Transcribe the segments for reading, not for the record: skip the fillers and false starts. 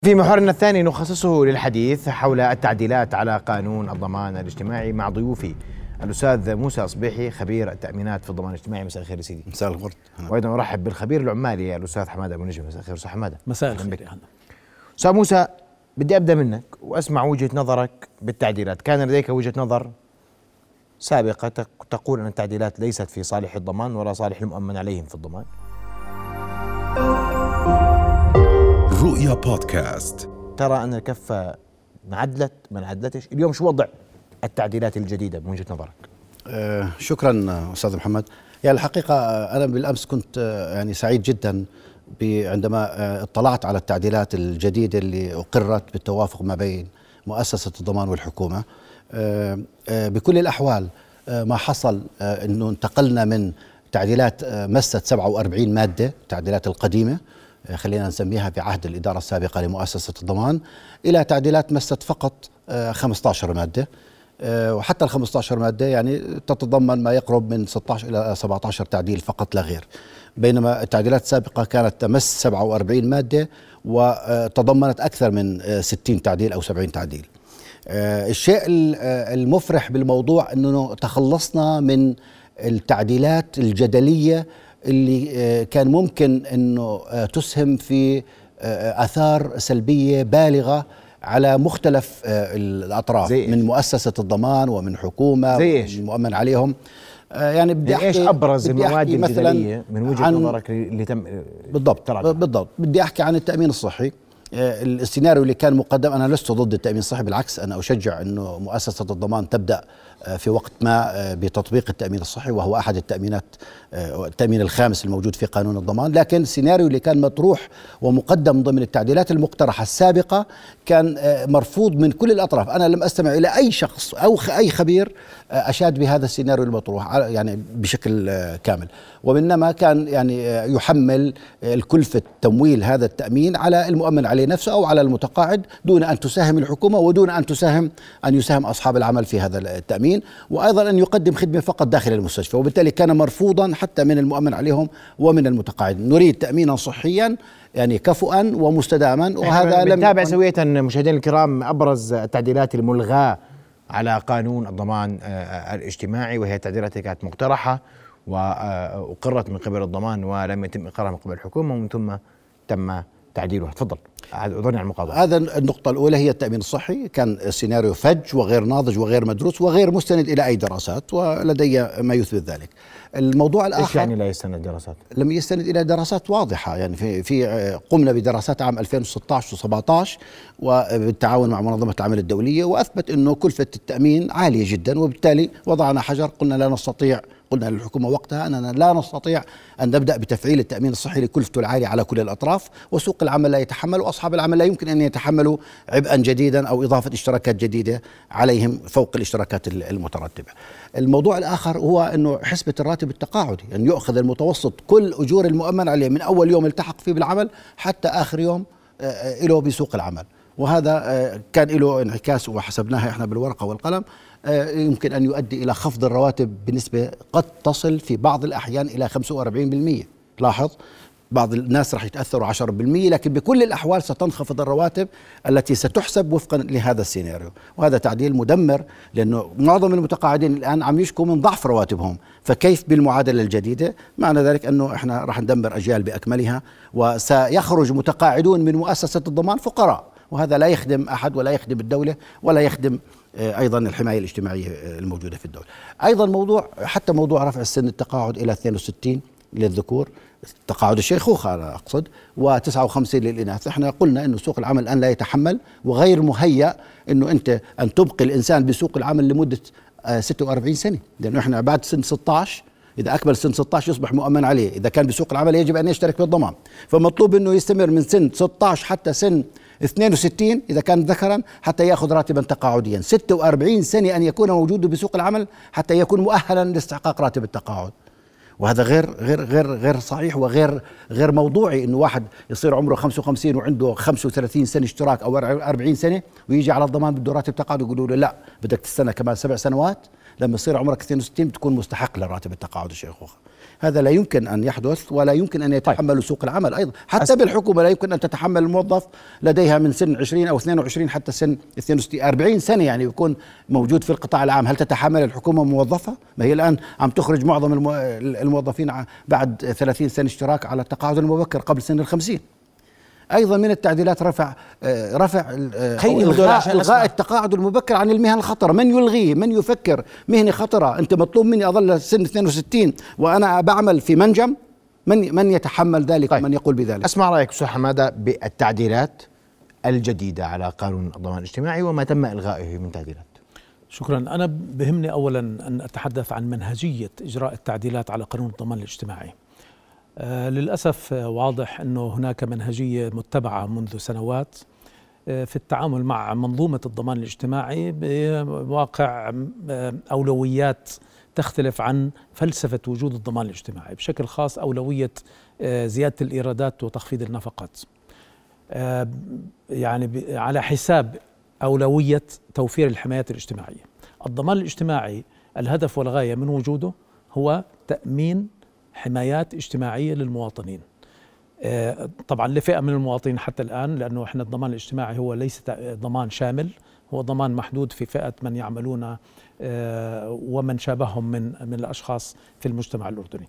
في محورنا الثاني نخصصه للحديث حول التعديلات على قانون الضمان الاجتماعي مع ضيوفي الأستاذ موسى أصبيحي خبير التأمينات في الضمان الاجتماعي. مساء الخير يا سيدي. مساء الخير. وأيضا أرحب بالخبير العمالي الأستاذ حمادة أبو نجم. مساء الخير أستاذ حمادة. مساء الخير. أستاذ موسى، بدي أبدأ منك وأسمع وجهة نظرك بالتعديلات. كان لديك وجهة نظر سابقة تقول أن التعديلات ليست في صالح الضمان ولا صالح المؤمن عليهم في الضمان. رؤيا بودكاست. ترى أن الكفة انعدلت ما انعدلتش اليوم؟ شو وضع التعديلات الجديدة من وجهة نظرك؟ شكرا أستاذ محمد. يعني الحقيقة أنا بالأمس كنت يعني سعيد جدا عندما اطلعت على التعديلات الجديدة اللي أقرت بالتوافق ما بين مؤسسة الضمان والحكومة. بكل الأحوال ما حصل أنه انتقلنا من تعديلات مست 47 مادة، التعديلات القديمة خلينا نسميها في عهد الإدارة السابقة لمؤسسة الضمان، إلى تعديلات مست فقط 15 مادة، وحتى ال 15 مادة يعني تتضمن ما يقرب من 16 إلى 17 تعديل فقط لا غير، بينما التعديلات السابقة كانت تمس 47 مادة وتضمنت أكثر من 60 تعديل أو 70 تعديل. الشيء المفرح بالموضوع أنه تخلصنا من التعديلات الجدلية اللي كان ممكن أنه تسهم في آثار سلبية بالغة على مختلف الأطراف، من مؤسسة الضمان ومن حكومة المؤمن عليهم. يعني بدي أحكي إيش أبرز المواد الجدلية من وجهة نظرك اللي تم؟ بالضبط بدي أحكي عن التأمين الصحي. السيناريو اللي كان مقدم، أنا لست ضد التأمين الصحي، بالعكس أنا أشجع أنه مؤسسة الضمان تبدأ في وقت ما بتطبيق التأمين الصحي، وهو أحد التأمينات، التأمين الخامس الموجود في قانون الضمان. لكن السيناريو اللي كان مطروح ومقدم ضمن التعديلات المقترحة السابقة كان مرفوض من كل الأطراف. أنا لم أستمع إلى أي شخص أو أي خبير أشاد بهذا السيناريو المطروح يعني بشكل كامل، ومنما كان يعني يحمل الكلفة تمويل هذا التأمين على المؤمن عليه نفسه أو على المتقاعد، دون أن تساهم الحكومة ودون أن يساهم أصحاب العمل في هذا التأمين، وأيضا أن يقدم خدمة فقط داخل المستشفى، وبالتالي كان مرفوضا حتى من المؤمن عليهم ومن المتقاعد. نريد تأمينا صحيا يعني كفؤا ومستداما، وهذا لم نتابع سوية. مشاهدينا الكرام، أبرز التعديلات الملغاة على قانون الضمان الاجتماعي، وهي التعديلات اللي كانت مقترحة وأقرت من قبل الضمان ولم يتم إقرارها من قبل الحكومة، ومن ثم تم تعديلها. تفضل أعذرني على المقاطعة. هذا النقطة الأولى هي التأمين الصحي. كان السيناريو فج وغير ناضج وغير مدروس وغير مستند إلى أي دراسات، ولدي ما يثبت ذلك. الموضوع الآخر، إيش يعني لا يستند دراسات؟ لم يستند إلى دراسات واضحة. يعني في قمنا بدراسات عام 2016 و17 وبالتعاون مع منظمة العمل الدولية، وأثبت أنه كلفة التأمين عالية جدا، وبالتالي وضعنا حجر. قلنا للحكومة وقتها أننا لا نستطيع أن نبدأ بتفعيل التأمين الصحي لكلفته العالية على كل الأطراف، وسوق العمل لا يتحمل، وأصحاب العمل لا يمكن أن يتحملوا عبئا جديدا أو إضافة اشتراكات جديدة عليهم فوق الاشتراكات المترتبة. الموضوع الآخر هو أنه حسبة الراتب التقاعدي، أن يؤخذ المتوسط كل أجور المؤمن عليه من أول يوم التحق فيه بالعمل حتى آخر يوم له بسوق العمل، وهذا كان له انعكاس وحسبناها احنا بالورقة والقلم. يمكن أن يؤدي إلى خفض الرواتب بنسبة قد تصل في بعض الأحيان إلى 45%. لاحظ، بعض الناس راح يتأثروا 10%، لكن بكل الأحوال ستنخفض الرواتب التي ستحسب وفقا لهذا السيناريو، وهذا تعديل مدمر، لأنه معظم المتقاعدين الآن عم يشكوا من ضعف رواتبهم، فكيف بالمعادلة الجديدة؟ معنى ذلك أنه إحنا راح ندمر أجيال بأكملها، وسيخرج متقاعدون من مؤسسة الضمان فقراء، وهذا لا يخدم أحد ولا يخدم الدولة ولا يخدم أيضا الحماية الاجتماعية الموجودة في الدولة. أيضا حتى موضوع رفع السن التقاعد إلى 62 للذكور، تقاعد الشيخوخة أنا أقصد، و59 للإناث. احنا قلنا أنه سوق العمل الآن لا يتحمل وغير مهيأ أنه أنت أن تبقي الإنسان بسوق العمل لمدة 46 سنة، لأنه احنا بعد سن 16 إذا أكمل سن 16 يصبح مؤمن عليه. إذا كان بسوق العمل يجب أن يشترك بالضمان، فمطلوب أنه يستمر من سن 16 حتى سن 62 إذا كان ذكرا حتى يأخذ راتبا تقاعديا. 46 سنة أن يكون موجود بسوق العمل حتى يكون مؤهلا لاستحقاق راتب التقاعد، وهذا غير صحيح وغير موضوعي. انه واحد يصير عمره 55 وعنده 35 سنه اشتراك او 40 سنه ويجي على الضمان بده راتب تقاعد، يقولوا له لا بدك تستنى كمان 7 سنوات. لما يصير عمرك 62 بتكون مستحق لراتب التقاعد الشيخوخة. هذا لا يمكن أن يحدث ولا يمكن أن يتحمل سوق العمل أيضا. حتى بالحكومة لا يمكن أن تتحمل الموظف لديها من سن 20 أو 22 حتى سن 62 40 سنة يعني يكون موجود في القطاع العام. هل تتحمل الحكومة موظفة؟ ما هي الآن عم تخرج معظم الموظفين بعد 30 سنة اشتراك على التقاعد المبكر قبل سن 50. ايضا من التعديلات رفع الغاء التقاعد المبكر عن المهن الخطره. من يلغيه؟ من يفكر مهنه خطره؟ انت مطلوب مني اظل سن 62 وانا بعمل في منجم؟ من يتحمل ذلك؟ طيب. من يقول بذلك؟ اسمع رايك استاذ حماده بالتعديلات الجديده على قانون الضمان الاجتماعي وما تم الغائه من تعديلات. شكرا. انا بهمني اولا ان اتحدث عن منهجيه اجراء التعديلات على قانون الضمان الاجتماعي. للأسف واضح أنه هناك منهجية متبعة منذ سنوات في التعامل مع منظومة الضمان الاجتماعي بواقع أولويات تختلف عن فلسفة وجود الضمان الاجتماعي، بشكل خاص أولوية زيادة الإيرادات وتخفيض النفقات، يعني على حساب أولوية توفير الحمايات الاجتماعية. الضمان الاجتماعي الهدف والغاية من وجوده هو تأمين حمايات اجتماعية للمواطنين، طبعا لفئة من المواطنين حتى الآن، لأنه إحنا الضمان الاجتماعي هو ليس ضمان شامل، هو ضمان محدود في فئة من يعملون ومن شابههم من الأشخاص في المجتمع الأردني.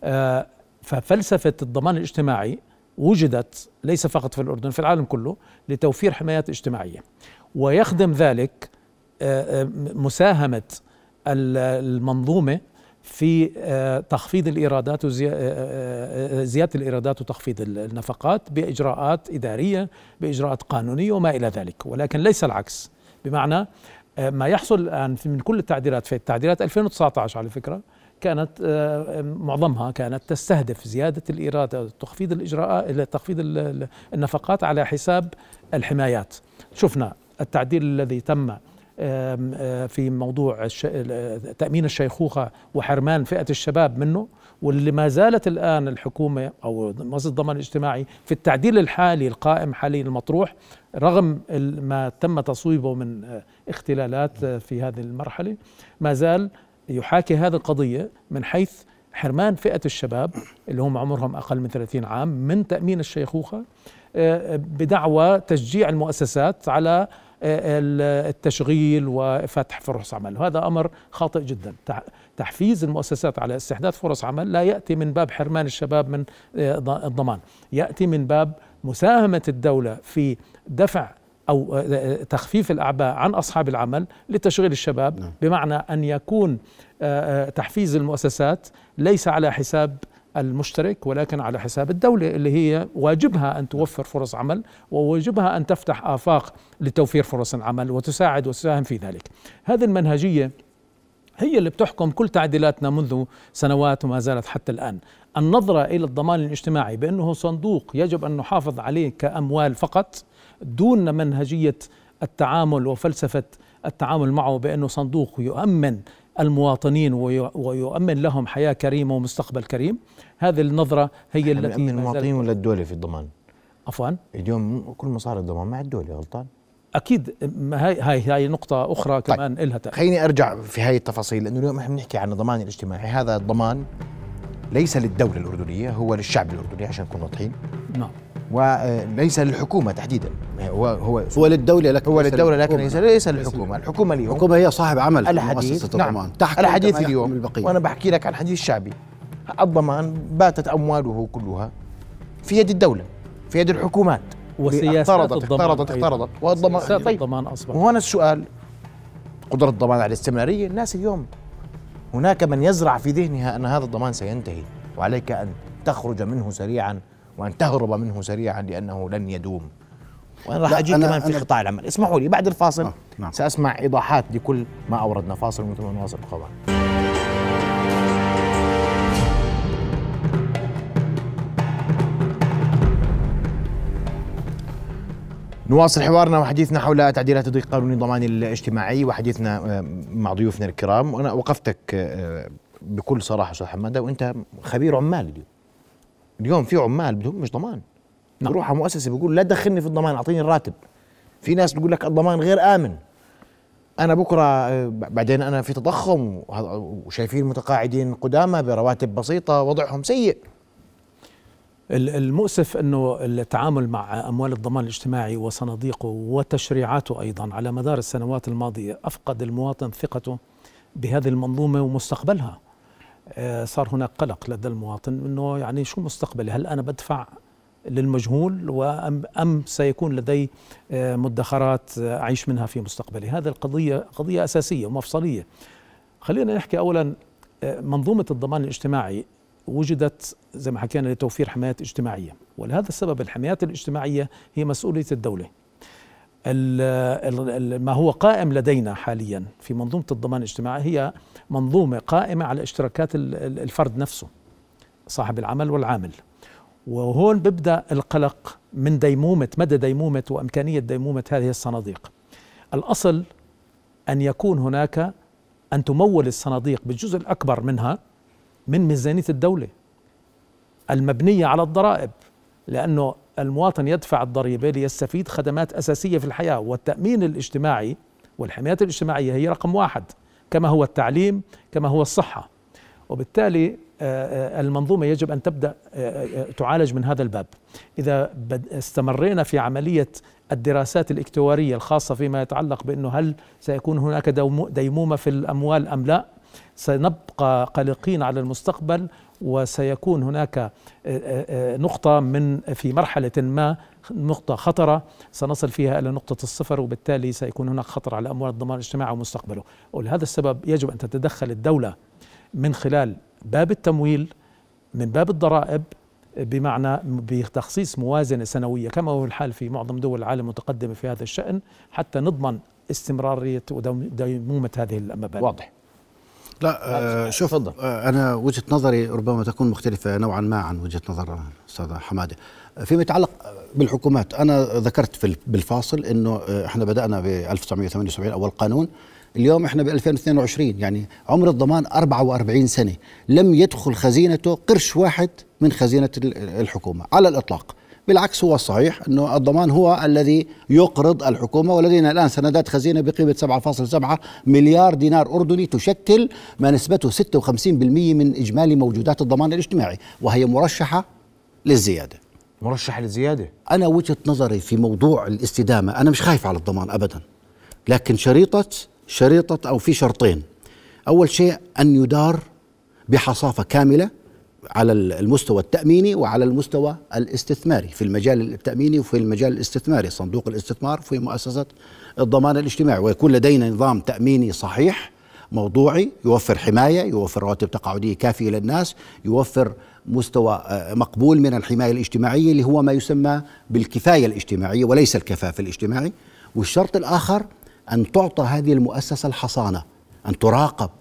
ففلسفة الضمان الاجتماعي وجدت ليس فقط في الأردن، في العالم كله، لتوفير حمايات اجتماعية، ويخدم ذلك مساهمة المنظومة في تخفيض الإيرادات وزيادة الإيرادات وتخفيض النفقات بإجراءات إدارية، بإجراءات قانونية وما إلى ذلك، ولكن ليس العكس. بمعنى ما يحصل الآن من كل التعديلات، في التعديلات 2019 على فكرة كانت معظمها كانت تستهدف زيادة الإيرادات وتخفيض الإجراءات، تخفيض النفقات على حساب الحمايات. شفنا التعديل الذي تم في موضوع تأمين الشيخوخة وحرمان فئة الشباب منه، واللي ما زالت الآن الحكومة أو مؤسسة الضمان الاجتماعي في التعديل الحالي القائم حاليا المطروح، رغم ما تم تصويبه من اختلالات في هذه المرحلة، ما زال يحاكي هذه القضية من حيث حرمان فئة الشباب اللي هم عمرهم أقل من 30 عام من تأمين الشيخوخة، بدعوى تشجيع المؤسسات على التشغيل وفتح فرص عمل. وهذا أمر خاطئ جدا. تحفيز المؤسسات على استحداث فرص عمل لا يأتي من باب حرمان الشباب من الضمان، يأتي من باب مساهمة الدولة في دفع أو تخفيف الأعباء عن أصحاب العمل لتشغيل الشباب. بمعنى أن يكون تحفيز المؤسسات ليس على حساب المشترك ولكن على حساب الدولة، اللي هي واجبها أن توفر فرص عمل وواجبها أن تفتح آفاق لتوفير فرص العمل وتساعد وتساهم في ذلك. هذه المنهجية هي اللي بتحكم كل تعديلاتنا منذ سنوات وما زالت حتى الآن. النظرة إلى الضمان الاجتماعي بأنه صندوق يجب أن نحافظ عليه كأموال فقط، دون منهجية التعامل وفلسفة التعامل معه بأنه صندوق يؤمن المواطنين ويؤمن لهم حياة كريمة ومستقبل كريم. هذه النظرة هي التي يؤمن المواطنين ولا الدولة في الضمان؟ عفوا، اليوم كل مصاري الضمان مع الدولة، غلطان؟ أكيد. هاي نقطة أخرى كمان إلها تأثير. خليني أرجع في هاي التفاصيل، لأنه اليوم احنا بنحكي عن الضمان الاجتماعي. هذا الضمان ليس للدولة الأردنية، هو للشعب الأردني عشان نكون واضحين. نعم. وليس للحكومة تحديدا، هو للدولة، لكن هو للدولة لكن ليس للحكومة. الحكومة اليوم، الحكومة هي صاحب عمل في الحديث. مؤسسة الضمان. نعم. الحديث اليوم وأنا بحكي لك عن حديث شعبي. الضمان باتت أمواله كلها في يد الدولة، في يد الحكومات، وسياسات اقترضت والضمان. طيب الضمان أصبح. وهنا السؤال، قدرة الضمان على الاستمرارية. الناس اليوم هناك من يزرع في ذهنها أن هذا الضمان سينتهي وعليك أن تخرج منه سريعا وأن تهرب منه سريعا لأنه لن يدوم. وأنا راح أجي كمان في قطاع العمل. اسمحوا لي بعد الفاصل نعم. سأسمع إيضاحات لكل ما أوردنا. فاصل وثم نواصل الخبر. نواصل حوارنا وحديثنا حول تعديلات تطبيق قانون الضمان الاجتماعي، وحديثنا مع ضيوفنا الكرام. وأنا وقفتك بكل صراحة أستاذ حمادة، وأنت خبير عمال. اليوم في عمال بدهم مش ضمان، بروح على مؤسسة بيقول لا تدخلني في الضمان، أعطيني الراتب. في ناس بيقول لك الضمان غير آمن. انا بكره بعدين انا في تضخم وشايفين متقاعدين قدامى برواتب بسيطه وضعهم سيء. المؤسف أنه التعامل مع أموال الضمان الاجتماعي وصناديقه وتشريعاته أيضا على مدار السنوات الماضية أفقد المواطن ثقته بهذه المنظومة ومستقبلها. صار هناك قلق لدى المواطن أنه يعني شو مستقبلي، هل أنا بدفع للمجهول أم سيكون لدي مدخرات أعيش منها في مستقبلي. هذه القضية قضية أساسية ومفصلية. خلينا نحكي أولا، منظومة الضمان الاجتماعي وجدت زي ما حكينا لتوفير حمايات اجتماعية، ولهذا السبب الحمايات الاجتماعية هي مسؤولية الدولة. ما هو قائم لدينا حاليا في منظومة الضمان الاجتماعي هي منظومة قائمة على اشتراكات الفرد نفسه، صاحب العمل والعامل. وهون ببدأ القلق من مدى ديمومة وإمكانية ديمومة هذه الصناديق. الأصل أن يكون هناك، أن تمول الصناديق بالجزء الأكبر منها من ميزانية الدولة المبنية على الضرائب، لأنه المواطن يدفع الضريبة ليستفيد خدمات أساسية في الحياة، والتأمين الاجتماعي والحمايات الاجتماعية هي رقم واحد، كما هو التعليم، كما هو الصحة. وبالتالي المنظومة يجب أن تبدأ تعالج من هذا الباب. إذا استمرينا في عملية الدراسات الاكتوارية الخاصة فيما يتعلق بأنه هل سيكون هناك ديمومة في الأموال أم لا، سنبقى قلقين على المستقبل، وسيكون هناك نقطة في مرحلة ما، نقطة خطرة سنصل فيها إلى نقطة الصفر، وبالتالي سيكون هناك خطر على أموال الضمان الاجتماعي ومستقبله. ولهذا السبب يجب أن تتدخل الدولة من خلال باب التمويل، من باب الضرائب، بمعنى بتخصيص موازنة سنوية كما هو الحال في معظم دول العالم المتقدمة في هذا الشأن، حتى نضمن استمرارية وديمومة هذه المبادئ. واضح. لا شوف، أنا وجهة نظري ربما تكون مختلفة نوعا ما عن وجهة نظر أستاذ حمادة فيما يتعلق بالحكومات. أنا ذكرت بالفاصل أنه إحنا بدأنا ب 1978 أول قانون، اليوم إحنا ب 2022، يعني عمر الضمان 44 سنة لم يدخل خزينته قرش واحد من خزينة الحكومة على الإطلاق. بالعكس، هو الصحيح أنه الضمان هو الذي يقرض الحكومة، ولدينا الآن سندات خزينة بقيمة 7.7 مليار دينار أردني، تشكل ما نسبته 56% من إجمالي موجودات الضمان الاجتماعي، وهي مرشحة للزيادة. مرشحة للزيادة. أنا وجهة نظري في موضوع الاستدامة، أنا مش خايف على الضمان أبدا، لكن شريطة أو في شرطين. أول شيء أن يدار بحصافة كاملة على المستوى التأميني وعلى المستوى الاستثماري، في المجال التأميني وفي المجال الاستثماري، صندوق الاستثمار وفي مؤسسة الضمان الاجتماعي، ويكون لدينا نظام تأميني صحيح موضوعي يوفر حماية، يوفر رواتب تقاعدية كافية للناس، يوفر مستوى مقبول من الحماية الاجتماعية اللي هو ما يسمى بالكفاية الاجتماعية وليس الكفاف الاجتماعي. والشرط الآخر أن تعطى هذه المؤسسة الحصانة، أن تراقب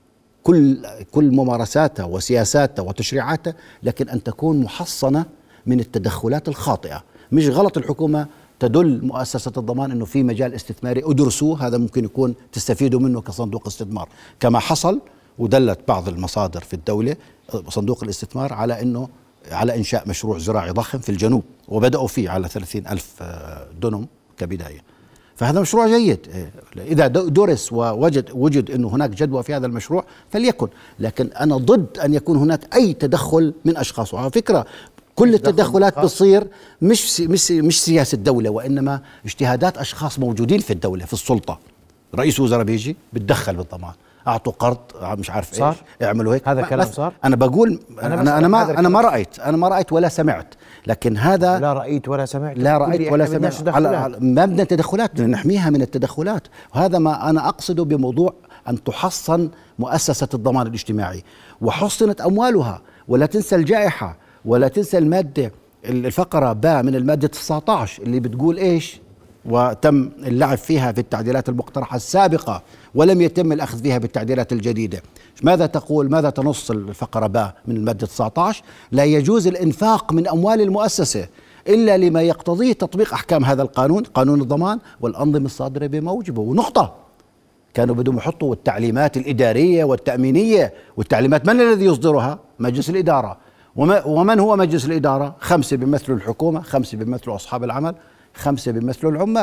كل ممارساتها وسياساتها وتشريعاتها، لكن أن تكون محصنة من التدخلات الخاطئة. مش غلط الحكومة تدل مؤسسة الضمان أنه في مجال استثماري أدرسوه، هذا ممكن يكون تستفيدوا منه كصندوق استثمار، كما حصل ودلت بعض المصادر في الدولة صندوق الاستثمار على إنشاء مشروع زراعي ضخم في الجنوب، وبدأوا فيه على 30,000 دنم كبداية. فهذا مشروع جيد، إذا درس ووجد أنه هناك جدوى في هذا المشروع فليكن، لكن أنا ضد أن يكون هناك أي تدخل من أشخاص. وعلى فكرة كل التدخلات بتصير مش سياسة الدولة، وإنما اجتهادات أشخاص موجودين في الدولة في السلطة. رئيس وزراء بيجي بتدخل بالضمان، أعطوا قرض مش عارف صار؟ إيش، اعملوا هيك. هذا كلام صار؟ أنا بقول أنا ما رأيت ولا سمعت، لكن هذا لا رأيت ولا سمعت، لا رأيت ولا سمعت على مبنى التدخلات، نحميها من التدخلات. وهذا ما أنا أقصده بموضوع أن تحصن مؤسسة الضمان الاجتماعي، وحصنت أموالها. ولا تنسى الجائحة، ولا تنسى المادة الفقرة باء من المادة 19 اللي بتقول إيش، وتم اللعب فيها في التعديلات المقترحة السابقة ولم يتم الأخذ فيها بالتعديلات الجديدة. ماذا تقول؟ ماذا تنص الفقرة باء من المادة 19؟ لا يجوز الإنفاق من أموال المؤسسة إلا لما يقتضيه تطبيق أحكام هذا القانون، قانون الضمان والأنظمة الصادرة بموجبه، ونقطة. كانوا بدهم يحطوا التعليمات الإدارية والتأمينية، والتعليمات من الذي يصدرها؟ مجلس الإدارة. ومن هو مجلس الإدارة؟ 5 بيمثلوا الحكومة، 5 بيمثلوا أصحاب العمل، 5 بيمثلوا العمال.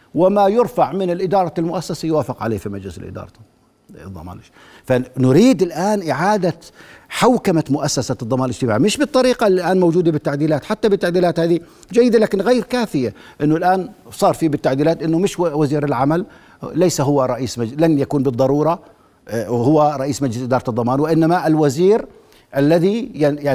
وما يرفع من الإدارة المؤسسة يوافق عليه في مجلس الإدارة الضمان. فنريد الآن إعادة حوكمة مؤسسة الضمان الاجتماعي، مش بالطريقة اللي الآن موجودة بالتعديلات. حتى بالتعديلات هذه جيدة لكن غير كافية. إنه الآن صار في بالتعديلات إنه مش وزير العمل ليس هو رئيس لن يكون بالضرورة وهو رئيس مجلس إدارة الضمان، وإنما الوزير الذي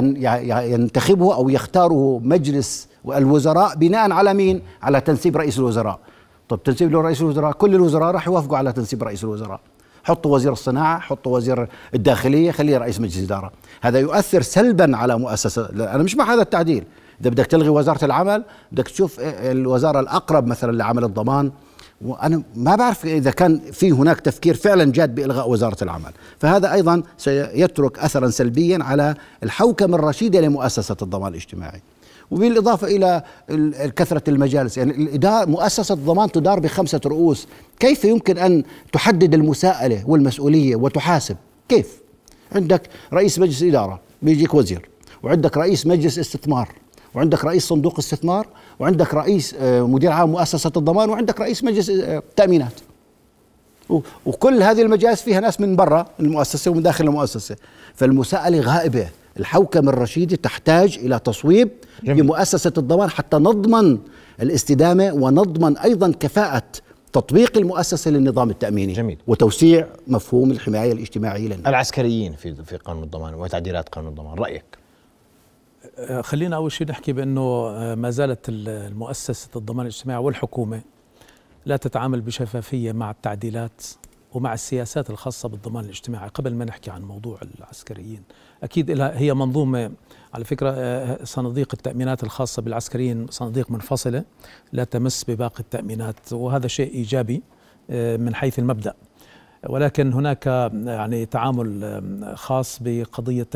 ينتخبه أو يختاره مجلس الوزراء بناء على مين؟ على تنسيب رئيس الوزراء. طب تنسيب رئيس الوزراء، كل الوزراء راح يوافقوا على تنسيب رئيس الوزراء. حطوا وزير الصناعة، حطوا وزير الداخلية، خليه رئيس مجلس إدارة. هذا يؤثر سلبا على مؤسسة. أنا مش مع هذا التعديل. إذا بدك تلغي وزارة العمل بدك تشوف الوزارة الأقرب مثلا لعمل الضمان. وأنا ما بعرف إذا كان في هناك تفكير فعلا جاد بإلغاء وزارة العمل، فهذا أيضا سيترك أثرا سلبيا على الحوكمة الرشيدة لمؤسسة الضمان الاجتماعي. وبالإضافة إلى كثرة المجالس، يعني مؤسسة الضمان تدار ب5 رؤوس، كيف يمكن أن تحدد المساءلة والمسؤولية وتحاسب؟ كيف؟ عندك رئيس مجلس إدارة بيجيك وزير، وعندك رئيس مجلس استثمار، وعندك رئيس صندوق استثمار، وعندك رئيس مدير عام مؤسسة الضمان، وعندك رئيس مجلس تأمينات. وكل هذه المجالس فيها ناس من برا المؤسسة ومن داخل المؤسسة، فالمساءلة غائبة. الحوكمة الرشيدة تحتاج إلى تصويب لمؤسسة الضمان حتى نضمن الاستدامة ونضمن أيضا كفاءة تطبيق المؤسسة للنظام التأميني. جميل. وتوسيع مفهوم الحماية الاجتماعية للناس. العسكريين في قانون الضمان وتعديلات قانون الضمان، رأيك؟ خلينا أول شيء نحكي بأنه ما زالت المؤسسة الضمان الاجتماعي والحكومة لا تتعامل بشفافية مع التعديلات ومع السياسات الخاصة بالضمان الاجتماعي. قبل ما نحكي عن موضوع العسكريين، أكيد هي منظومة. على فكرة صناديق التأمينات الخاصة بالعسكريين صناديق منفصلة لا تمس بباقي التأمينات، وهذا شيء إيجابي من حيث المبدأ. ولكن هناك يعني تعامل خاص بقضية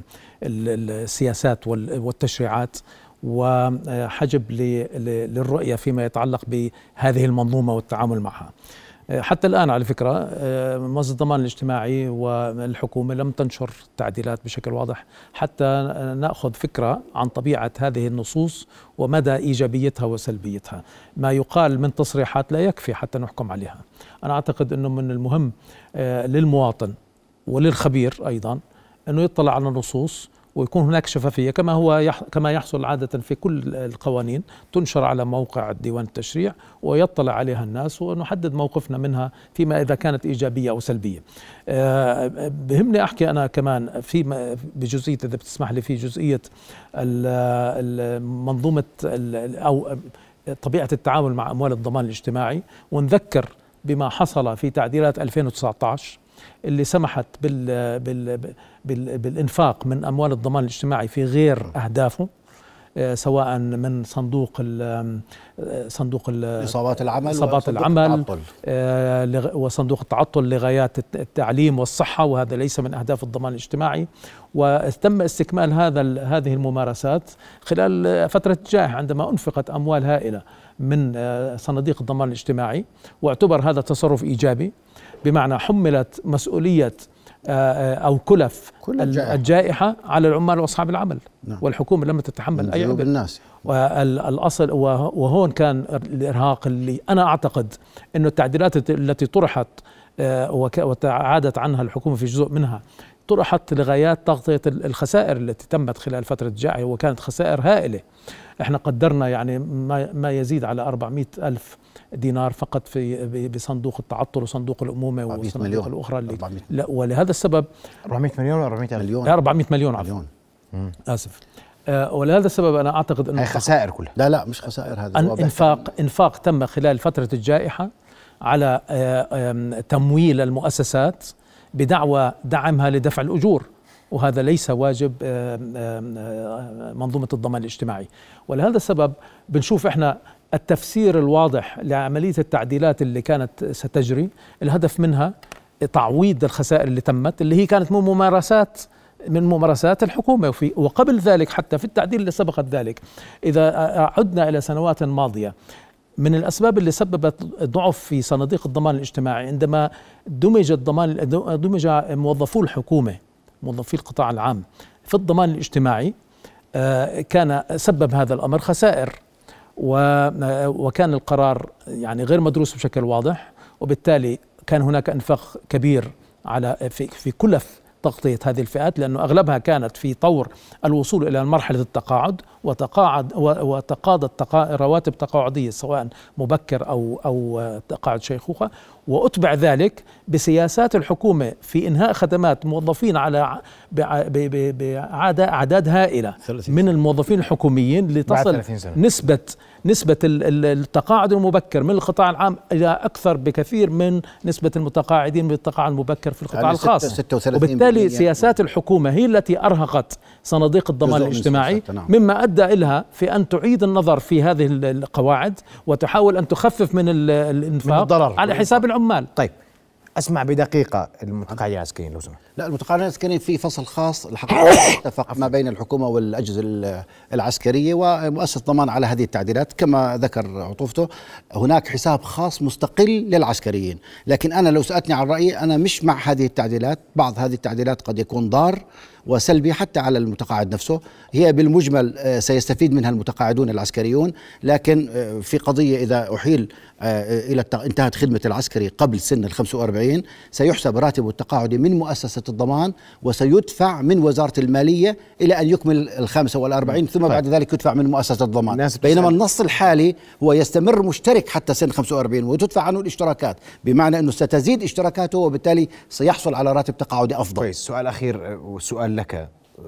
السياسات والتشريعات وحجب للرؤية فيما يتعلق بهذه المنظومة والتعامل معها. حتى الآن على فكرة مؤسسة الضمان الاجتماعي والحكومة لم تنشر تعديلات بشكل واضح حتى نأخذ فكرة عن طبيعة هذه النصوص ومدى إيجابيتها وسلبيتها. ما يقال من تصريحات لا يكفي حتى نحكم عليها. أنا أعتقد أنه من المهم للمواطن وللخبير أيضا أنه يطلع على النصوص ويكون هناك شفافية كما يحصل عادة في كل القوانين، تنشر على موقع ديوان التشريع ويطلع عليها الناس ونحدد موقفنا منها فيما إذا كانت إيجابية أو سلبية. بهمني أحكي أنا كمان في بجزئية، إذا بتسمح لي، في جزئية منظومة أو طبيعة التعامل مع أموال الضمان الاجتماعي، ونذكر بما حصل في تعديلات 2019 اللي سمحت بالإنفاق من أموال الضمان الاجتماعي في غير أهدافه، سواء من صندوق إصابات العمل وصندوق التعطل لغايات التعليم والصحة، وهذا ليس من أهداف الضمان الاجتماعي. وتم استكمال هذه الممارسات خلال فترة الجائحة عندما أنفقت أموال هائلة من صناديق الضمان الاجتماعي، واعتبر هذا تصرف إيجابي، بمعنى حملت مسؤولية أو كلف الجائحة على العمال وأصحاب العمل. نعم. والحكومة لم تتحمل أي عبء. الناس. والأصل وهون كان الإرهاق اللي أنا أعتقد أنه التعديلات التي طرحت وتعادت عنها الحكومة في جزء منها طرحت لغايات تغطية الخسائر التي تمت خلال فترة الجائحة، وكانت خسائر هائلة. احنا قدرنا يعني ما يزيد على 400,000 دينار فقط بصندوق التعطل وصندوق الأمومة والصناديق الأخرى لا، ولهذا السبب 400 مليون ولا 400 مليون؟ 400 مليون عفوا، آسف. ولهذا السبب أنا أعتقد أنه خسائر كلها. لا مش خسائر، هذا إنفاق تم خلال فترة الجائحة على تمويل المؤسسات بدعوى دعمها لدفع الأجور، وهذا ليس واجب منظومة الضمان الاجتماعي. ولهذا السبب بنشوف احنا التفسير الواضح لعملية التعديلات اللي كانت ستجري، الهدف منها تعويض الخسائر اللي تمت، اللي هي كانت من ممارسات الحكومة. وقبل ذلك حتى في التعديل اللي سبقت ذلك، إذا عدنا إلى سنوات ماضية، من الأسباب اللي سببت ضعف في صناديق الضمان الاجتماعي عندما دمج موظفو الحكومة، موظفي القطاع العام، في الضمان الاجتماعي، كان سبب هذا الأمر خسائر. وكان القرار يعني غير مدروس بشكل واضح، وبالتالي كان هناك انفاق كبير على في كلف تغطية هذه الفئات، لأنه أغلبها كانت في طور الوصول إلى مرحلة التقاعد، وتقاضت رواتب تقاعدية سواء مبكر أو تقاعد شيخوخة، وأتبع ذلك بسياسات الحكومة في إنهاء خدمات موظفين على أعداد هائلة من الموظفين الحكوميين، لتصل نسبة التقاعد المبكر من القطاع العام إلى أكثر بكثير من نسبة المتقاعدين بالتقاعد المبكر في القطاع الخاص. وبالتالي سياسات الحكومة هي التي أرهقت صناديق الضمان الاجتماعي، مما أدى إلها في أن تعيد النظر في هذه القواعد وتحاول أن تخفف من الإنفاق على حساب العمال. طيب اسمع بدقيقه المتقاعدين العسكريين لو سمحت. لا، المتقاعدين العسكريين في فصل خاص الحقيقه اتفق ما بين الحكومه والاجهزه العسكريه ومؤسسه ضمان على هذه التعديلات. كما ذكر عطوفته هناك حساب خاص مستقل للعسكريين، لكن انا لو سالتني عن رايي انا مش مع هذه التعديلات. بعض هذه التعديلات قد يكون ضار وسلبي حتى على المتقاعد نفسه. هي بالمجمل سيستفيد منها المتقاعدون العسكريون، لكن في قضية إذا أحيل إلى انتهت خدمة العسكري قبل سن 45 سيحسب راتبه التقاعدي من مؤسسة الضمان وسيدفع من وزارة المالية إلى أن يكمل 45 ثم بعد ذلك يدفع من مؤسسة الضمان. بينما النص الحالي هو يستمر مشترك حتى سن 45 وتدفع عنه الاشتراكات، بمعنى أنه ستزيد اشتراكاته وبالتالي سيحصل على راتب تقاعدي أفضل. كويس. سؤال أخير وسؤال لك.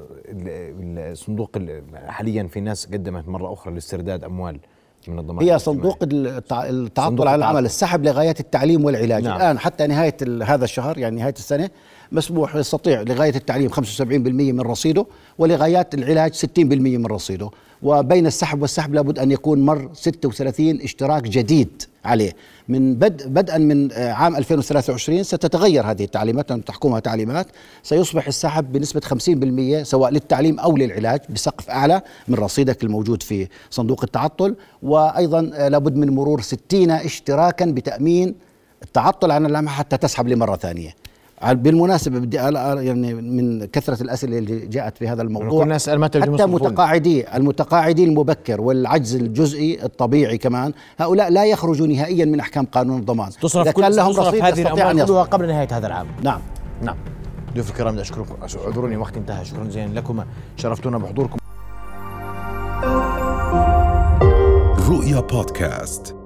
الصندوق حاليا في ناس قدمت مرة أخرى لاسترداد أموال من الضمان. هي صندوق التعطل على العمل، السحب لغاية التعليم والعلاج. نعم. الآن حتى نهاية هذا الشهر يعني نهاية السنة مسموح يستطيع لغاية التعليم 75% من رصيده ولغايات العلاج 60% من رصيده، وبين السحب والسحب لابد أن يكون مر 36 اشتراك جديد عليه. من بدءا من عام 2023 ستتغير هذه التعليمات لأن تحكمها تعليمات، سيصبح السحب بنسبة 50% سواء للتعليم أو للعلاج بسقف أعلى من رصيدك الموجود في صندوق التعطل. وأيضا لابد من مرور 60 اشتراكا بتأمين التعطل عن العمل حتى تسحب لمرة ثانية. بالمناسبة بدي يعني من كثرة الأسئلة اللي جاءت في هذا الموضوع حتى المتقاعدين المبكر والعجز الجزئي الطبيعي كمان هؤلاء لا يخرجوا نهائيا من أحكام قانون الضمان. تصرف كل لهم رصيد هذه الأموال كلها قبل نهاية هذا العام. نعم. ضيوف الكرام بدي أشكركم، اعذروني وقت انتهى. شكرا جزيلا لكم، شرفتونا بحضوركم. رؤيا بودكاست.